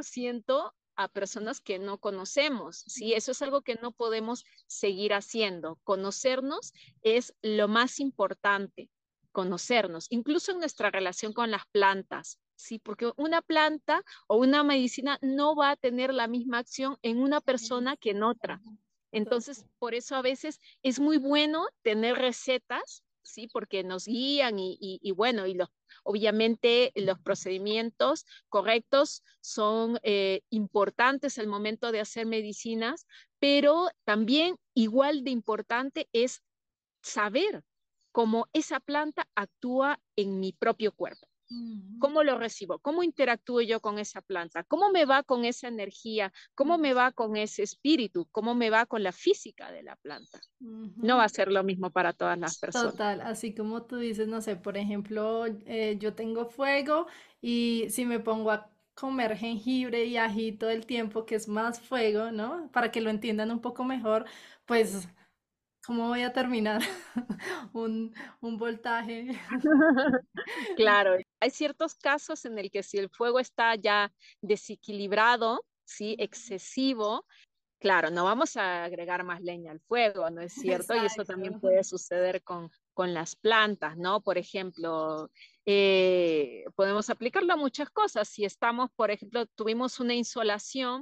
100% a personas que no conocemos. ¿Sí? Eso es algo que no podemos seguir haciendo. Conocernos es lo más importante, conocernos, incluso en nuestra relación con las plantas, ¿sí? Porque una planta o una medicina no va a tener la misma acción en una persona Es- que en otra. Total. Entonces, por eso a veces es muy bueno tener recetas, ¿sí? Porque nos guían y bueno, obviamente los procedimientos correctos son importantes al momento de hacer medicinas, pero también igual de importante es saber cómo esa planta actúa en mi propio cuerpo. Ujú. ¿Cómo lo recibo? ¿Cómo interactúo yo con esa planta? ¿Cómo me va con esa energía? ¿Cómo me va con ese espíritu? ¿Cómo me va con la física de la planta? No va Ujú. a ser lo mismo para todas las personas. Total, así como tú dices, no sé, por ejemplo, yo tengo fuego y si me pongo a comer jengibre y ají todo el tiempo, que es más fuego, ¿no? Para que lo entiendan un poco mejor, pues ¿Cómo voy a terminar un voltaje? Claro, hay ciertos casos en el que si el fuego está ya desequilibrado, ¿sí? Excesivo, claro, no vamos a agregar más leña al fuego, ¿no es cierto? Y eso también Exacto. puede suceder con las plantas, ¿no? Por ejemplo, podemos aplicarlo a muchas cosas. Si estamos, por ejemplo, tuvimos una insolación,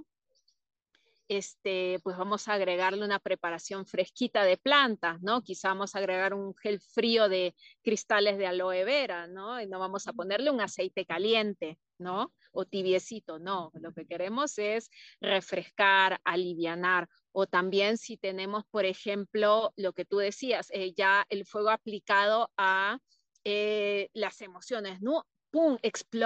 pues vamos a agregarle una preparación fresquita de plantas, ¿no? Quizá vamos a agregar un gel frío de cristales de aloe vera, ¿no? Y no vamos a ponerle un aceite caliente, ¿no? O tibiecito, no. Lo que queremos es refrescar, alivianar. O también si tenemos, por ejemplo, lo que tú decías, ya el fuego aplicado a las emociones, ¿no? ¡Pum!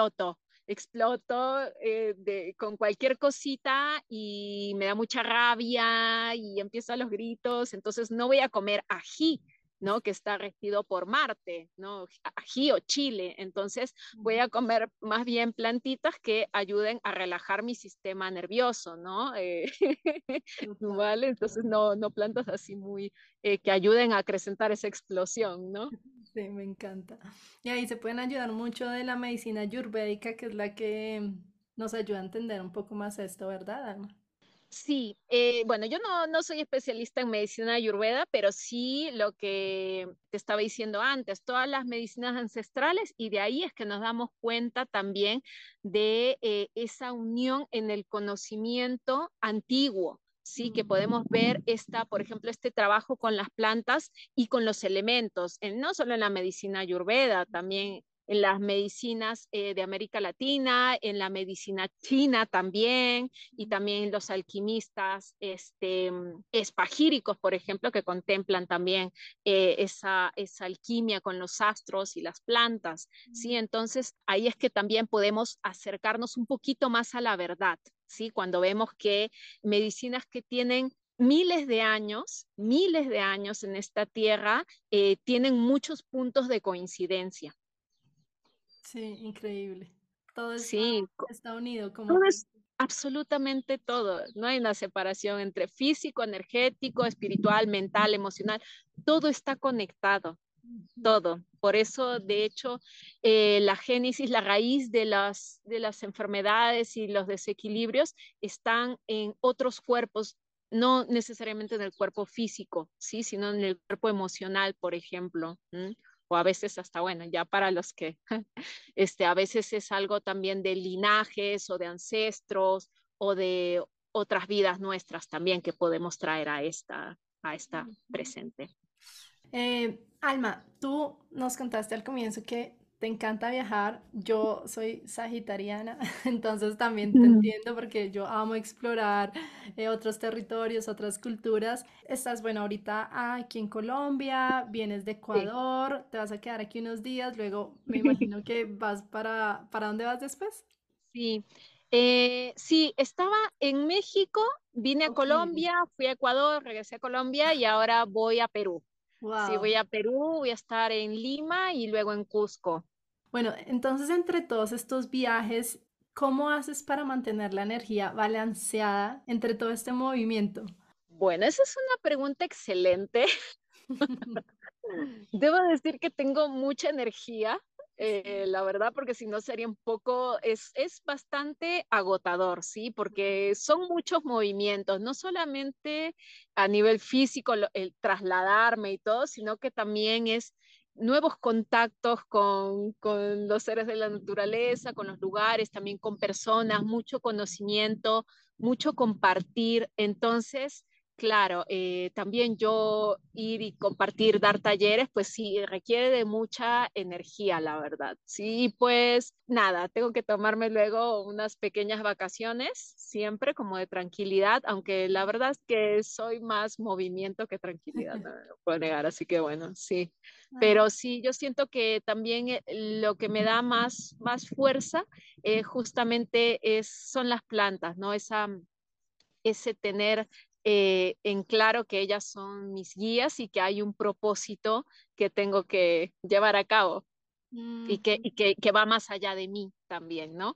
Exploto con cualquier cosita y me da mucha rabia y empiezo a los gritos, entonces no voy a comer ají, ¿no? Que está regido por Marte, ¿no? Ají o chile, entonces voy a comer más bien plantitas que ayuden a relajar mi sistema nervioso, ¿no? Total. ¿Vale? Entonces no plantas así muy, que ayuden a acrecentar esa explosión, ¿no? Sí, me encanta. Y ahí se pueden ayudar mucho de la medicina ayurvédica, que es la que nos ayuda a entender un poco más esto, ¿verdad, Alma? Sí, bueno, yo no soy especialista en medicina ayurveda, pero sí lo que te estaba diciendo antes, todas las medicinas ancestrales y de ahí es que nos damos cuenta también de esa unión en el conocimiento antiguo. Sí, que podemos ver por ejemplo, este trabajo con las plantas y con los elementos, no solo en la medicina ayurveda, también en las medicinas de América Latina, en la medicina china también, y también los alquimistas espagíricos, por ejemplo, que contemplan también esa alquimia con los astros y las plantas, ¿sí? Entonces, ahí es que también podemos acercarnos un poquito más a la verdad, ¿sí? Cuando vemos que medicinas que tienen miles de años en esta tierra, tienen muchos puntos de coincidencia. Sí, increíble. Todo Sí, está unido, como todo tú. es absolutamente todo. No hay una separación entre físico, energético, espiritual, mental, emocional. Todo está conectado, Ujú. todo. Por eso, de hecho, la génesis, la raíz de las enfermedades y los desequilibrios están en otros cuerpos, no necesariamente en el cuerpo físico, ¿sí? Sino en el cuerpo emocional, por ejemplo. ¿M? O a veces hasta, bueno, ya para los que a veces es algo también de linajes o de ancestros o de otras vidas nuestras también que podemos traer a esta presente. Alma, tú nos contaste al comienzo que te encanta viajar. Yo soy sagitariana, entonces también te Mm. entiendo porque yo amo explorar otros territorios, otras culturas. Estás, bueno, ahorita aquí en Colombia, vienes de Sí. Ecuador, te vas a quedar aquí unos días, luego me imagino que vas ¿para dónde vas después? Sí. Sí, estaba en México, vine a Ok. Colombia, fui a Ecuador, regresé a Colombia y ahora voy a Perú. Sí, Wow. voy a Perú, voy a estar en Lima y luego en Cusco. Bueno, entonces entre todos estos viajes, ¿cómo haces para mantener la energía balanceada entre todo este movimiento? Bueno, esa es una pregunta excelente. Debo decir que tengo mucha energía, la verdad, porque si no sería un poco, es bastante agotador, ¿sí? Porque son muchos movimientos, no solamente a nivel físico, el trasladarme y todo, sino que también es nuevos contactos con los seres de la naturaleza, con los lugares, también con personas, mucho conocimiento, mucho compartir. Entonces, claro, también yo ir y compartir, dar talleres, pues sí, requiere de mucha energía, la verdad. Sí, pues nada, tengo que tomarme luego unas pequeñas vacaciones, siempre como de tranquilidad, aunque la verdad es que soy más movimiento que tranquilidad, no me lo puedo negar, así que bueno, sí. Ah, Pero sí, yo siento que también lo que me da más fuerza justamente son las plantas, ¿no? Ese tener en claro que ellas son mis guías y que hay un propósito que tengo que llevar a cabo que va más allá de mí también, ¿no?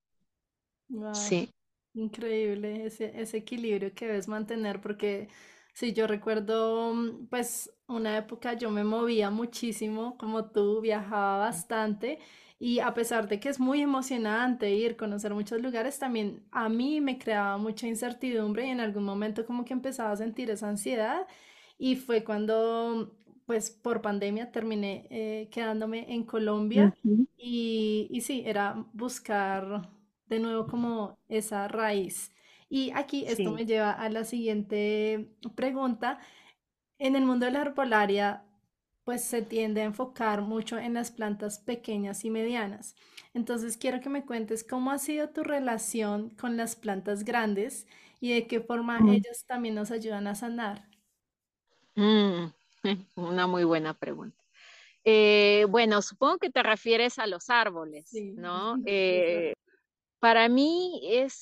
wow, Sí. increíble ese equilibrio que debes mantener porque Sí, yo recuerdo, pues, una época yo me movía muchísimo, como tú, viajaba bastante y a pesar de que es muy emocionante ir, conocer muchos lugares, también a mí me creaba mucha incertidumbre y en algún momento como que empezaba a sentir esa ansiedad y fue cuando, pues, por pandemia terminé quedándome en Colombia Ujú. y sí, era buscar de nuevo como esa raíz. Y aquí esto Sí. me lleva a la siguiente pregunta. En el mundo de la herbolaria, pues se tiende a enfocar mucho en las plantas pequeñas y medianas. Entonces quiero que me cuentes cómo ha sido tu relación con las plantas grandes y de qué forma Mm. ellas también nos ayudan a sanar. Mm, una muy buena pregunta. Bueno, supongo que te refieres a los árboles, Sí, ¿no? exacto. Para mí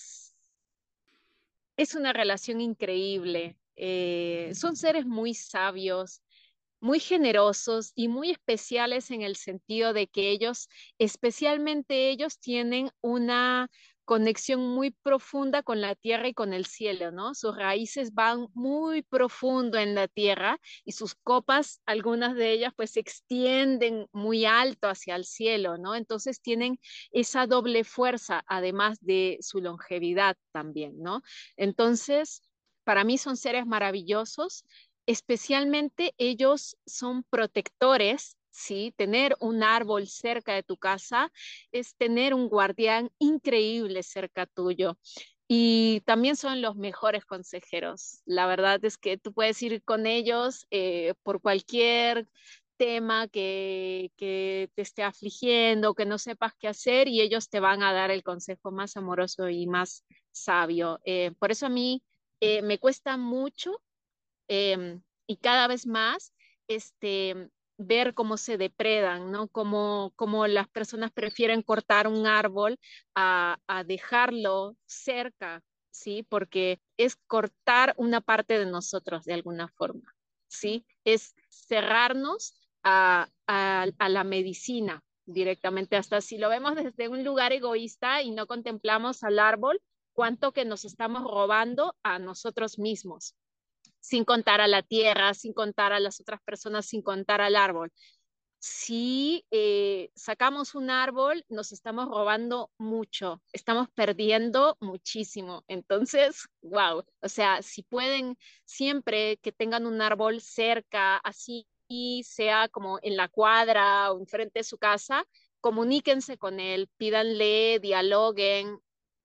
es una relación increíble. Son seres muy sabios, muy generosos y muy especiales en el sentido de que ellos, especialmente ellos, tienen una conexión muy profunda con la tierra y con el cielo, ¿no? Sus raíces van muy profundo en la tierra y sus copas, algunas de ellas, pues se extienden muy alto hacia el cielo, ¿no? Entonces tienen esa doble fuerza, además de su longevidad también, ¿no? Entonces, para mí son seres maravillosos. Especialmente ellos son protectores, ¿sí? Tener un árbol cerca de tu casa es tener un guardián increíble cerca tuyo. Y también son los mejores consejeros. La verdad es que tú puedes ir con ellos por cualquier tema que te esté afligiendo, que no sepas qué hacer, y ellos te van a dar el consejo más amoroso y más sabio. Por eso a mí me cuesta mucho y cada vez más ver cómo se depredan, ¿no? Cómo las personas prefieren cortar un árbol a dejarlo cerca, ¿sí? Porque es cortar una parte de nosotros de alguna forma, ¿sí? Es cerrarnos a la medicina directamente, hasta si lo vemos desde un lugar egoísta y no contemplamos al árbol, cuánto que nos estamos robando a nosotros mismos sin contar a la tierra, sin contar a las otras personas, sin contar al árbol. Si sacamos un árbol, nos estamos robando mucho, estamos perdiendo muchísimo. Entonces, wow, o sea, si pueden siempre que tengan un árbol cerca, así sea como en la cuadra o enfrente de su casa, comuníquense con él, pídanle, dialoguen.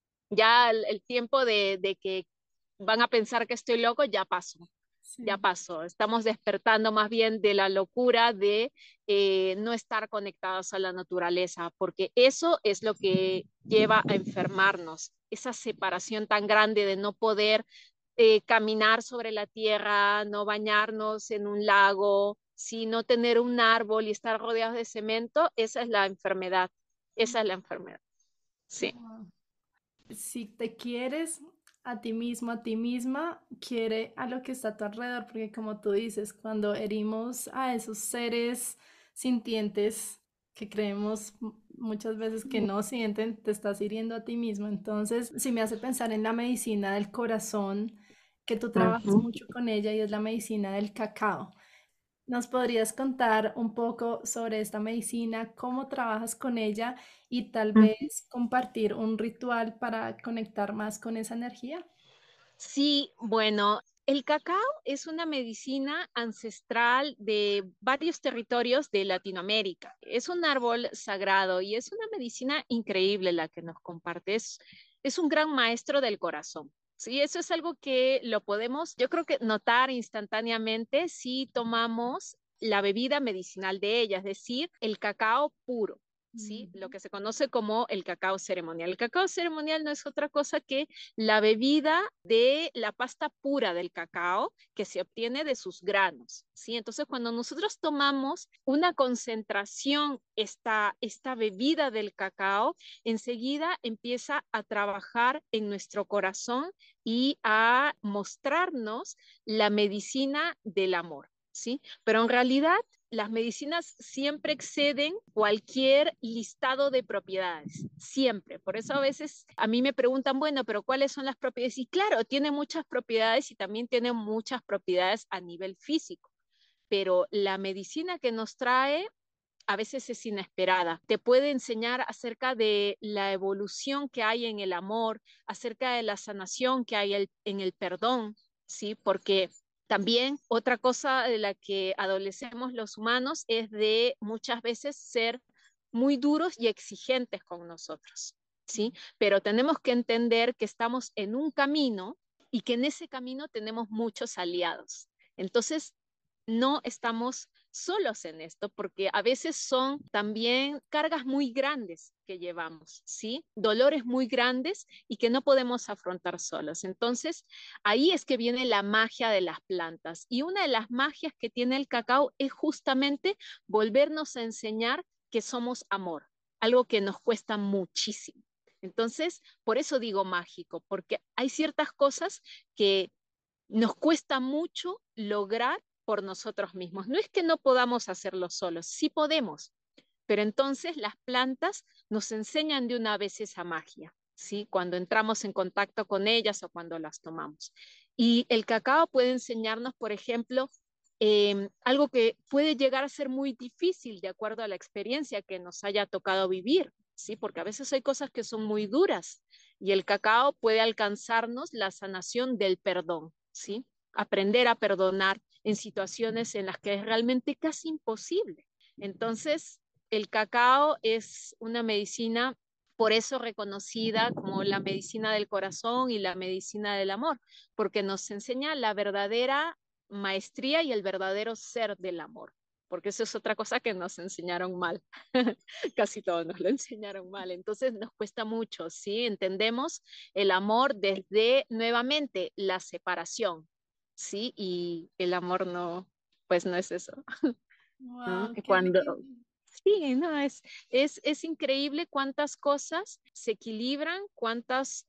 Ya el tiempo de que van a pensar que estoy loco ya pasó, ya Sí. pasó. Estamos despertando más bien de la locura de no estar conectados a la naturaleza, porque eso es lo que lleva a enfermarnos, esa separación tan grande de no poder caminar sobre la tierra, no bañarnos en un lago, sino tener un árbol y estar rodeados de cemento, esa es la enfermedad, esa es la enfermedad. Sí. Wow. Si te quieres a ti mismo, a ti misma, quiere a lo que está a tu alrededor, porque como tú dices, cuando herimos a esos seres sintientes que creemos muchas veces que no sienten, te estás hiriendo a ti mismo. Entonces, sí me hace pensar en la medicina del corazón, que tú trabajas Ujú. mucho con ella y es la medicina del cacao. ¿Nos podrías contar un poco sobre esta medicina, cómo trabajas con ella y tal Ujú. vez compartir un ritual para conectar más con esa energía? Sí, bueno, el cacao es una medicina ancestral de varios territorios de Latinoamérica. Es un árbol sagrado y es una medicina increíble la que nos comparte. Es un gran maestro del corazón. Sí, eso es algo que lo podemos, yo creo que notar instantáneamente si tomamos la bebida medicinal de ella, es decir, el cacao puro. ¿Sí? Lo Ujú. que se conoce como el cacao ceremonial. El cacao ceremonial no es otra cosa que la bebida de la pasta pura del cacao que se obtiene de sus granos, ¿sí? Entonces, cuando nosotros tomamos una concentración, esta bebida del cacao, enseguida empieza a trabajar en nuestro corazón y a mostrarnos la medicina del amor. ¿sí? Pero en realidad las medicinas siempre exceden cualquier listado de propiedades, siempre. Por eso a veces a mí me preguntan, bueno, pero ¿cuáles son las propiedades? Y claro, tiene muchas propiedades y también tiene muchas propiedades a nivel físico, pero la medicina que nos trae a veces es inesperada. Te puede enseñar acerca de la evolución que hay en el amor, acerca de la sanación que hay en el perdón, ¿sí? Porque también otra cosa de la que adolecemos los humanos es de muchas veces ser muy duros y exigentes con nosotros, ¿sí? Pero tenemos que entender que estamos en un camino y que en ese camino tenemos muchos aliados. Entonces, no estamos solos en esto, porque a veces son también cargas muy grandes que llevamos, ¿sí? Dolores muy grandes y que no podemos afrontar solos. Entonces, ahí es que viene la magia de las plantas. Y una de las magias que tiene el cacao es justamente volvernos a enseñar que somos amor, algo que nos cuesta muchísimo. Entonces, por eso digo mágico, porque hay ciertas cosas que nos cuesta mucho lograr por nosotros mismos. No es que no podamos hacerlo solos, sí podemos, pero entonces las plantas nos enseñan de una vez esa magia, ¿sí? Cuando entramos en contacto con ellas o cuando las tomamos. Y el cacao puede enseñarnos, por ejemplo, algo que puede llegar a ser muy difícil de acuerdo a la experiencia que nos haya tocado vivir, ¿sí? Porque a veces hay cosas que son muy duras y el cacao puede alcanzarnos la sanación del perdón, ¿sí? Aprender a perdonar en situaciones en las que es realmente casi imposible. Entonces, el cacao es una medicina por eso reconocida como la medicina del corazón y la medicina del amor, porque nos enseña la verdadera maestría y el verdadero ser del amor, porque eso es otra cosa que nos enseñaron mal, casi todos nos lo enseñaron mal, entonces nos cuesta mucho, ¿sí? Entendemos el amor desde nuevamente la separación, ¿sí? Y el amor no, pues no es eso. ¿No? Wow, qué Cuando, lindo. sí, no, es increíble cuántas cosas se equilibran, cuántas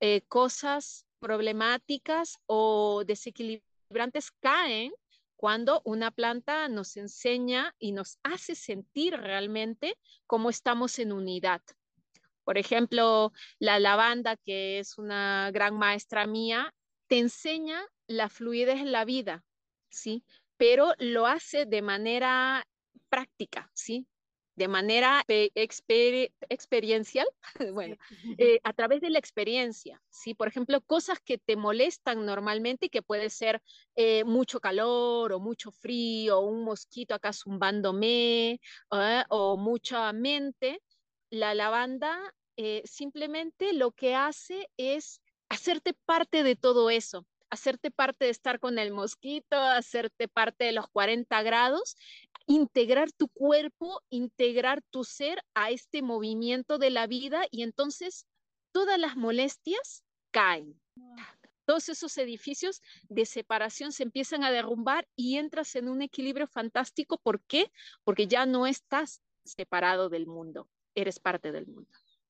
cosas problemáticas o desequilibrantes caen cuando una planta nos enseña y nos hace sentir realmente cómo estamos en unidad. Por ejemplo, la lavanda, que es una gran maestra mía, te enseña la fluidez en la vida, ¿sí? Pero lo hace de manera práctica, ¿sí? De manera experiencial, bueno, Sí. a través de la experiencia, ¿sí? Por ejemplo, cosas que te molestan normalmente y que puede ser mucho calor o mucho frío, o un mosquito acá zumbándome, o mucha mente, la lavanda simplemente lo que hace es hacerte parte de todo eso, hacerte parte de estar con el mosquito, hacerte parte de los 40 grados, integrar tu cuerpo, integrar tu ser a este movimiento de la vida y entonces todas las molestias caen. Todos esos edificios de separación se empiezan a derrumbar y entras en un equilibrio fantástico. ¿Por qué? Porque ya no estás separado del mundo, eres parte del mundo.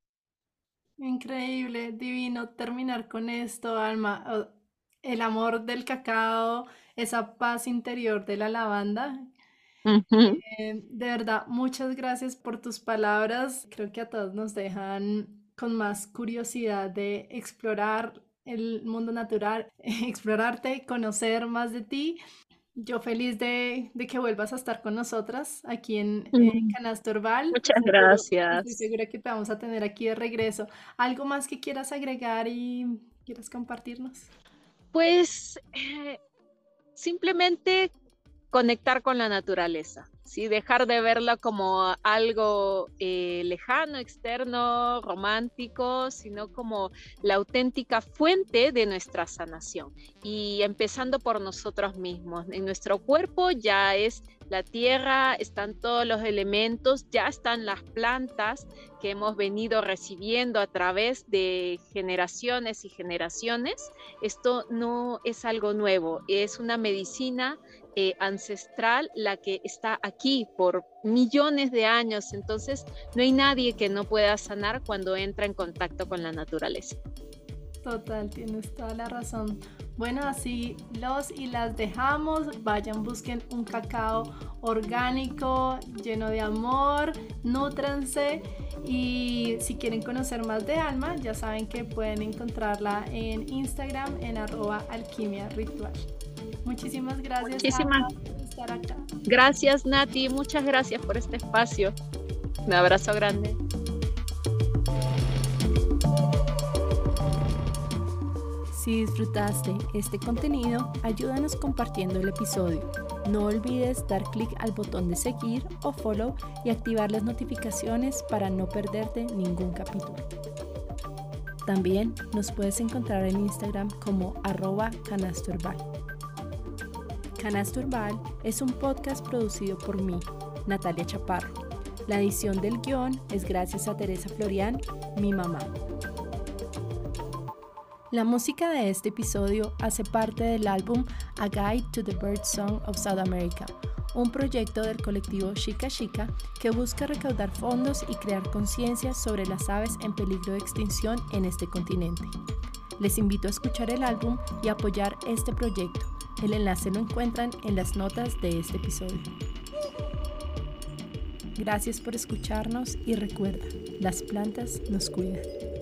Increíble, divino terminar con esto, Alma. El amor del cacao, esa paz interior de la lavanda. Ujú. De verdad, muchas gracias por tus palabras. Creo que a todos nos dejan con más curiosidad de explorar el mundo natural, explorarte, conocer más de ti. Yo feliz de que vuelvas a estar con nosotras aquí en Canasto Herbal. Muchas Estoy gracias. segura que te vamos a tener aquí de regreso. ¿Algo más que quieras agregar y quieras compartirnos? Pues simplemente conectar con la naturaleza, ¿sí? Dejar de verla como algo lejano, externo, romántico, sino como la auténtica fuente de nuestra sanación. Y empezando por nosotros mismos. En nuestro cuerpo ya es la tierra, están todos los elementos, ya están las plantas que hemos venido recibiendo a través de generaciones y generaciones. Esto no es algo nuevo, es una medicina ancestral la que está aquí por millones de años. Entonces, no hay nadie que no pueda sanar cuando entra en contacto con la naturaleza. Total, tienes toda la razón. Bueno, así los y las dejamos. Vayan, busquen un cacao orgánico, lleno de amor, nútranse. Y si quieren conocer más de Alma, ya saben que pueden encontrarla en Instagram en @alquimiaritual. Muchísimas gracias, Alma, por estar acá. Gracias, Nati. Muchas gracias por este espacio. Un abrazo grande. Si disfrutaste este contenido, ayúdanos compartiendo el episodio. No olvides dar clic al botón de seguir o follow y activar las notificaciones para no perderte ningún capítulo. También nos puedes encontrar en Instagram como @canastoherbal. Canasto Herbal es un podcast producido por mí, Natalia Chaparro. La edición del guión es gracias a Teresa Florian, mi mamá. La música de este episodio hace parte del álbum A Guide to the Bird Song of South America, un proyecto del colectivo Chica Chica que busca recaudar fondos y crear conciencia sobre las aves en peligro de extinción en este continente. Les invito a escuchar el álbum y apoyar este proyecto. El enlace lo encuentran en las notas de este episodio. Gracias por escucharnos y recuerda, las plantas nos cuidan.